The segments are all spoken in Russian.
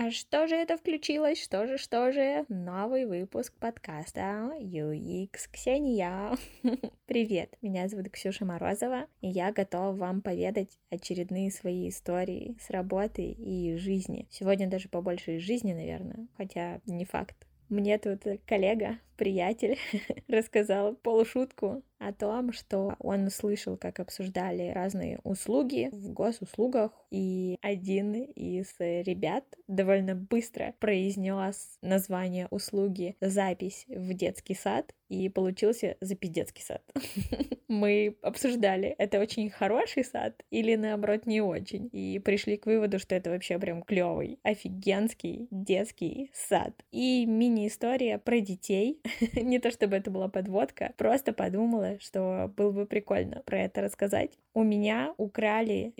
Что же это включилось? Что же? Новый выпуск подкаста UX Ксения. Привет, меня зовут Ксюша Морозова, и я готова вам поведать очередные свои истории с работы и жизни. Сегодня даже побольше из жизни, наверное, хотя не факт. Мне тут коллега, приятель, рассказал полушутку о том, что он услышал, как обсуждали разные услуги в госуслугах, и один из ребят довольно быстро произнес название услуги «Запись в детский сад», и получился запиздецкий сад. Мы обсуждали, это очень хороший сад или наоборот не очень, и пришли к выводу, что это вообще прям клевый, офигенский детский сад. И мини-история про детей, не то чтобы это была подводка, просто подумала, что было бы прикольно про это рассказать. У меня украли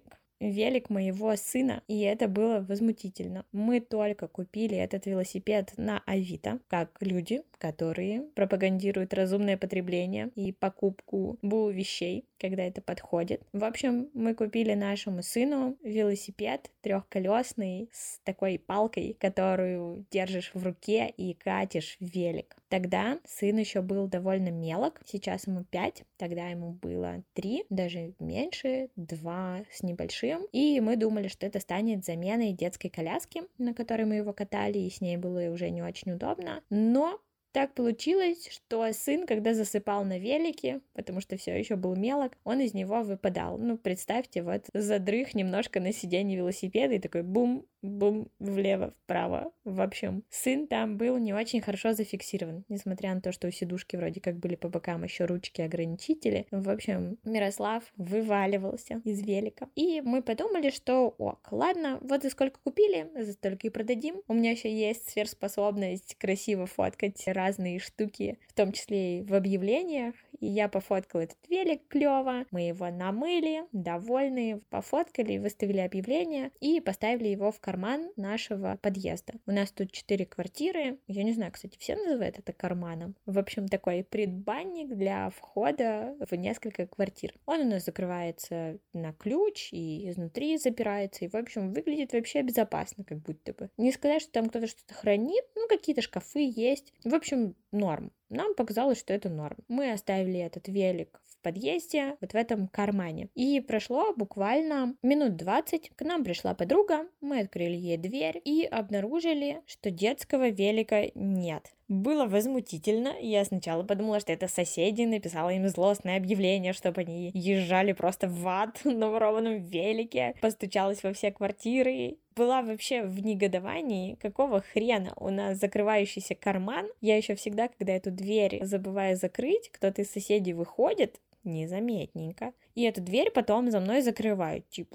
велик моего сына, и это было возмутительно. Мы только купили этот велосипед на Авито, как люди, которые пропагандируют разумное потребление и покупку вещей, когда это подходит. В общем, мы купили нашему сыну велосипед трехколесный с такой палкой, которую держишь в руке и катишь велик. Тогда сын еще был довольно мелок, сейчас ему 5, тогда ему было 3, даже меньше, 2 с небольшим. И мы думали, что это станет заменой детской коляски, на которой мы его катали, и с ней было уже не очень удобно. Но так получилось, что сын, когда засыпал на велике, потому что все еще был мелок, он из него выпадал. Ну, представьте, вот задрых немножко на сиденье велосипеда и такой бум-бум влево-вправо. В общем, сын там был не очень хорошо зафиксирован, несмотря на то, что у сидушки вроде как были по бокам еще ручки-ограничители. В общем, Мирослав вываливался из велика. И мы подумали, что ок, ладно, вот за сколько купили, за столько и продадим. У меня еще есть сверхспособность красиво фоткать разные штуки, в том числе и в объявлениях. И я пофоткала этот велик клево, мы его намыли, довольные, пофоткали, выставили объявление и поставили его в карман нашего подъезда. У нас тут 4 квартиры, я не знаю, кстати, все называют это карманом. В общем, такой предбанник для входа в несколько квартир. Он у нас закрывается на ключ и изнутри запирается, и, в общем, выглядит вообще безопасно, как будто бы. Не сказать, что там кто-то что-то хранит, ну, какие-то шкафы есть. В общем, норм. Нам показалось, что это норм. Мы оставили этот велик в подъезде, вот в этом кармане. И прошло буквально минут 20. К нам пришла подруга, мы открыли ей дверь и обнаружили, что детского велика нет. Было возмутительно. Я сначала подумала, что это соседи, написала им злостное объявление, чтобы они езжали просто в ад на ворованном велике. Постучалась во все квартиры. Была вообще в негодовании, какого хрена у нас закрывающийся карман. Я еще всегда, когда эту дверь забываю закрыть, кто-то из соседей выходит, незаметненько. И эту дверь потом за мной закрывают. Типа,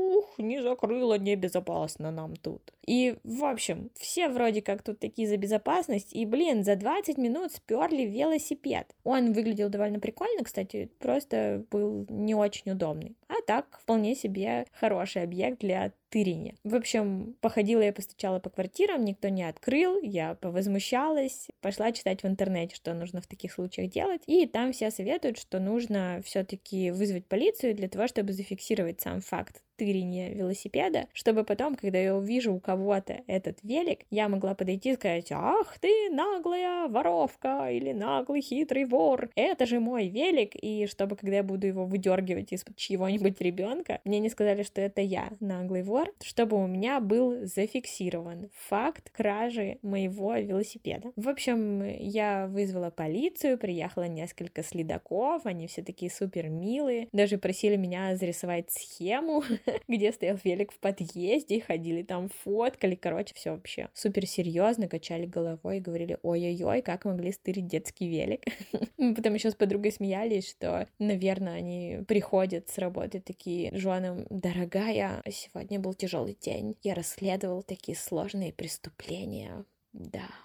не закрыла, небезопасно нам тут. И, в общем, все вроде как тут такие за безопасность. И, за 20 минут сперли велосипед. Он выглядел довольно прикольно, кстати, просто был не очень удобный. А так, вполне себе хороший объект для тырения. В общем, походила я, постучала по квартирам, никто не открыл, я повозмущалась, пошла читать в интернете, что нужно в таких случаях делать, и там все советуют, что нужно все-таки вызвать полицию для того, чтобы зафиксировать сам факт тырения велосипеда, чтобы потом, когда я увижу у кого-то этот велик, я могла подойти и сказать: «Ах ты, наглая воровка» или «наглый хитрый вор, это же мой велик», и чтобы, когда я буду его выдергивать из-под чьего-нибудь ребенка, мне не сказали, что это я, наглый вор, чтобы у меня был зафиксирован факт кражи моего велосипеда. В общем, я вызвала полицию, приехало несколько следаков, они все такие супер милые, даже просили меня зарисовать схему, где стоял велик в подъезде, ходили там, фоткали, короче, все вообще супер серьезно, качали головой и говорили: ой-ой-ой, как могли стырить детский велик. Мы потом еще с подругой смеялись, что, наверное, они приходят с работы такие женам: дорогая, сегодня был тяжелый день, я расследовал такие сложные преступления, да.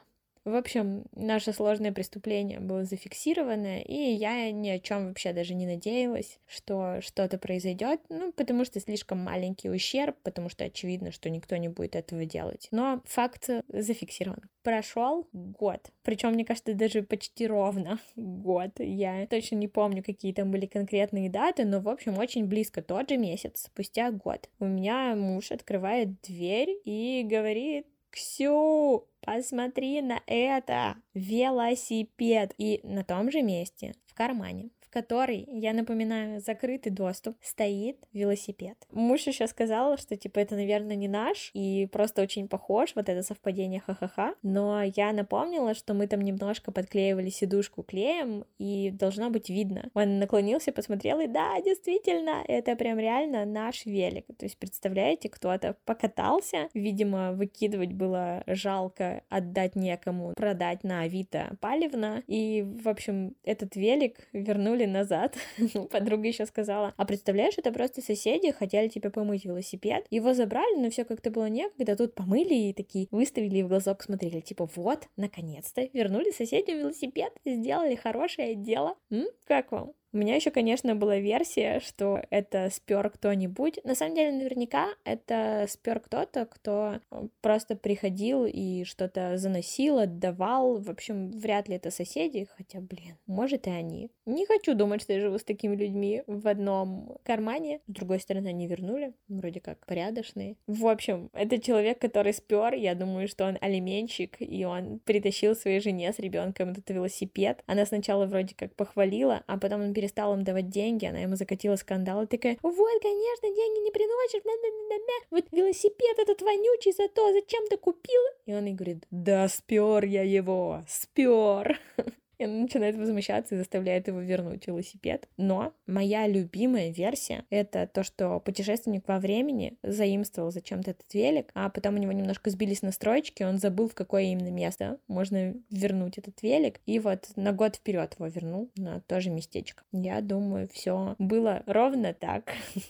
В общем, наше сложное преступление было зафиксировано, и я ни о чем вообще даже не надеялась, что что-то произойдет, ну, потому что слишком маленький ущерб, потому что очевидно, что никто не будет этого делать. Но факт зафиксирован. Прошел год, причем, мне кажется, даже почти ровно год. Я точно не помню, какие там были конкретные даты, но, в общем, очень близко тот же месяц, спустя год. У меня муж открывает дверь и говорит: «Ксю, посмотри на это! Велосипед!» И на том же месте, в кармане, в который, я напоминаю, закрытый доступ, стоит велосипед. Муж еще сказал, что, типа, это, наверное, не наш, и просто очень похож, вот это совпадение, ха-ха-ха. Но я напомнила, что мы там немножко подклеивали сидушку клеем, и должно быть видно. Он наклонился, посмотрел, и да, действительно, это прям реально наш велик. То есть, представляете, кто-то покатался, видимо, выкидывать было жалко, отдать некому, продать на Авито палевно, и, в общем, этот велик вернули назад. Подруга еще сказала: «А представляешь, это просто соседи хотели тебе помыть велосипед, его забрали, но все как-то было некогда, тут помыли и такие выставили и в глазок смотрели, типа, вот, наконец-то вернули соседям велосипед, сделали хорошее дело. Как вам?» У меня еще, конечно, была версия, что это спер кто-нибудь. На самом деле, наверняка это спер кто-то, кто просто приходил и что-то заносил, отдавал. В общем, вряд ли это соседи, хотя, блин, может и они. Не хочу думать, что я живу с такими людьми в одном кармане. С другой стороны, они вернули, вроде как порядочные. В общем, это человек, который спер. Я думаю, что он алименщик, и он притащил своей жене с ребенком этот велосипед. Она сначала вроде как похвалила, а потом он перестал им давать деньги, она ему закатила скандал и такая: «Вот, конечно, деньги не приносишь, вот велосипед этот вонючий, зато зачем ты купил?» И он ей говорит: «Да спер я его, спер!» И она начинает возмущаться и заставляет его вернуть велосипед. Но моя любимая версия — это то, что путешественник во времени заимствовал зачем-то этот велик, а потом у него немножко сбились настройки, он забыл, в какое именно место можно вернуть этот велик, и вот на год вперед его вернул на то же местечко. Я думаю, все было ровно так.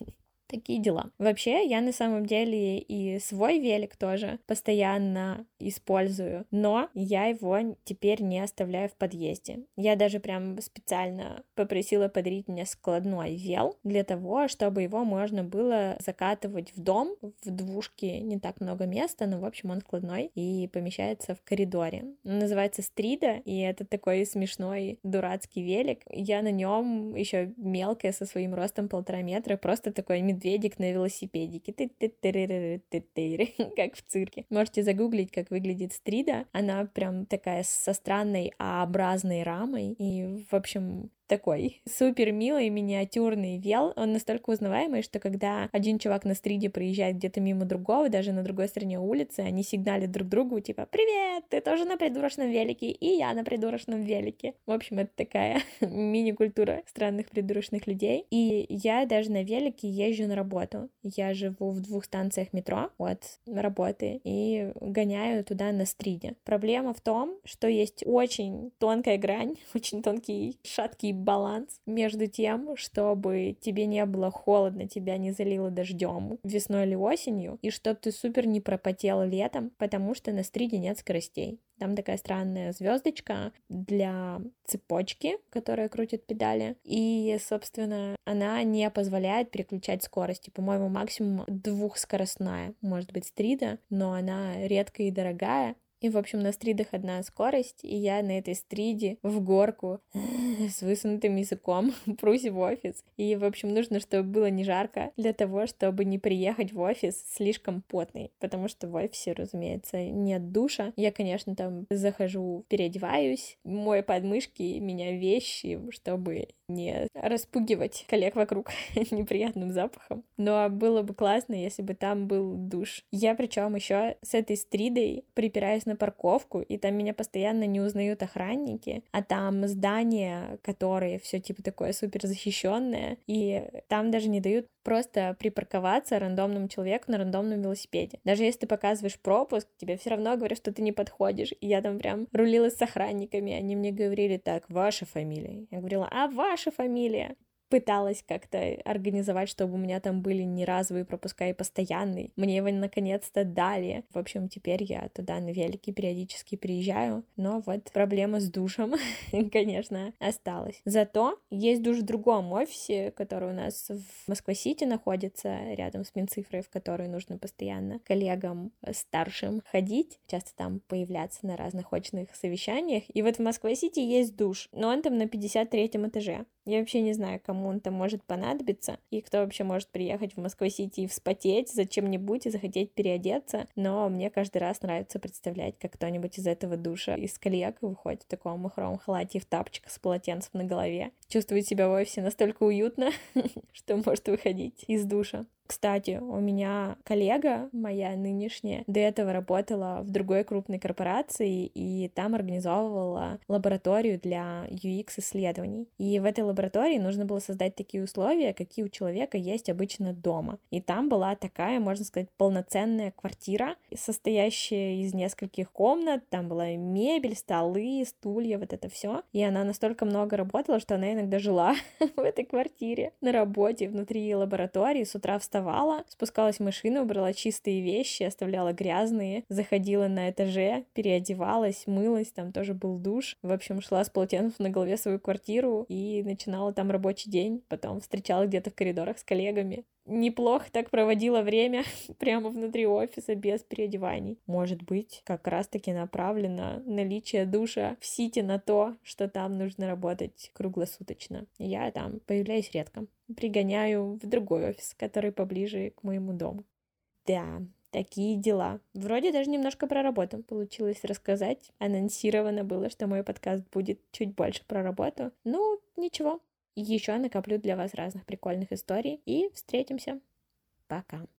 Такие дела. Вообще, я на самом деле и свой велик тоже постоянно использую, но я его теперь не оставляю в подъезде. Я даже прям специально попросила подарить мне складной вел для того, чтобы его можно было закатывать в дом. В двушке не так много места, но, в общем, он складной и помещается в коридоре. Он называется Стрида, и это такой смешной дурацкий велик. Я на нем еще мелкая, со своим ростом 1,5 метра, просто такой медведик на велосипедике, как в цирке. Можете загуглить, как выглядит Стрида. Она прям такая со странной А-образной рамой. И, в общем, такой супер милый миниатюрный вел. Он настолько узнаваемый, что когда один чувак на стриде проезжает где-то мимо другого, даже на другой стороне улицы, они сигналят друг другу, типа: «Привет, ты тоже на придурочном велике, и я на придурочном велике». В общем, это такая мини-культура странных придурочных людей. И я даже на велике езжу на работу. Я живу в 2 станциях метро от работы и гоняю туда на стриде. Проблема в том, что есть очень тонкая грань, очень тонкий шаткий баланс между тем, чтобы тебе не было холодно, тебя не залило дождем весной или осенью, и чтобы ты супер не пропотел летом, потому что на стриде нет скоростей. Там такая странная звездочка для цепочки, которая крутит педали, и, собственно, она не позволяет переключать скорости. По-моему, максимум 2-скоростная может быть стрида, но она редкая и дорогая. И, в общем, на стридах одна скорость, и я на этой стриде в горку с высунутым языком прусь в офис. И, в общем, нужно, чтобы было не жарко, для того, чтобы не приехать в офис слишком потный, потому что в офисе, разумеется, нет душа. Я, конечно, там захожу, переодеваюсь, мою подмышки, меняю вещи, чтобы не распугивать коллег вокруг неприятным запахом. Но было бы классно, если бы там был душ. Я причем еще с этой стридой припираюсь на парковку, и там меня постоянно не узнают охранники, а там здание, которое все типа такое супер защищенное, и там даже не дают просто припарковаться рандомному человеку на рандомном велосипеде. Даже если ты показываешь пропуск, тебе все равно говорят, что ты не подходишь. И я там прям рулилась с охранниками, они мне говорили: «Так, ваша фамилия?» Я говорила: «А ваша фамилия?» пыталась как-то организовать, чтобы у меня там были не разовые пропуска и постоянные. Мне его наконец-то дали. В общем, теперь я туда на велике периодически приезжаю, но вот проблема с душем, конечно, осталась. Зато есть душ в другом офисе, который у нас в Москва-Сити находится, рядом с Минцифрой, в который нужно постоянно коллегам старшим ходить, часто там появляться на разных очных совещаниях. И вот в Москва-Сити есть душ, но он там на 53-м этаже. Я вообще не знаю, кому он там может понадобиться, и кто вообще может приехать в Москва-Сити и вспотеть за чем-нибудь и захотеть переодеться, но мне каждый раз нравится представлять, как кто-нибудь из этого душа, из коллег выходит в таком махровом халате и в тапочках с полотенцем на голове, чувствует себя в офисе настолько уютно, что может выходить из душа. Кстати, у меня коллега, моя нынешняя, до этого работала в другой крупной корпорации и там организовывала лабораторию для UX-исследований. И в этой лаборатории нужно было создать такие условия, какие у человека есть обычно дома. И там была такая, можно сказать, полноценная квартира, состоящая из нескольких комнат. Там была мебель, столы, стулья, вот это все. И она настолько много работала, что она иногда жила в этой квартире на работе внутри лаборатории, с утра вставала, спускалась в машину, убрала чистые вещи, оставляла грязные, заходила на этаже, переодевалась, мылась, там тоже был душ. В общем, шла с полотенцем на голове в свою квартиру и начинала там рабочий день, потом встречалась где-то в коридорах с коллегами. Неплохо так проводила время прямо внутри офиса без переодеваний. Может быть, как раз-таки направлено наличие душа в Сити на то, что там нужно работать круглосуточно. Я там появляюсь редко. Пригоняю в другой офис, который поближе к моему дому. Да, такие дела. Вроде даже немножко про работу получилось рассказать. Анонсировано было, что мой подкаст будет чуть больше про работу. Ну, ничего. Еще накоплю для вас разных прикольных историй и встретимся. Пока.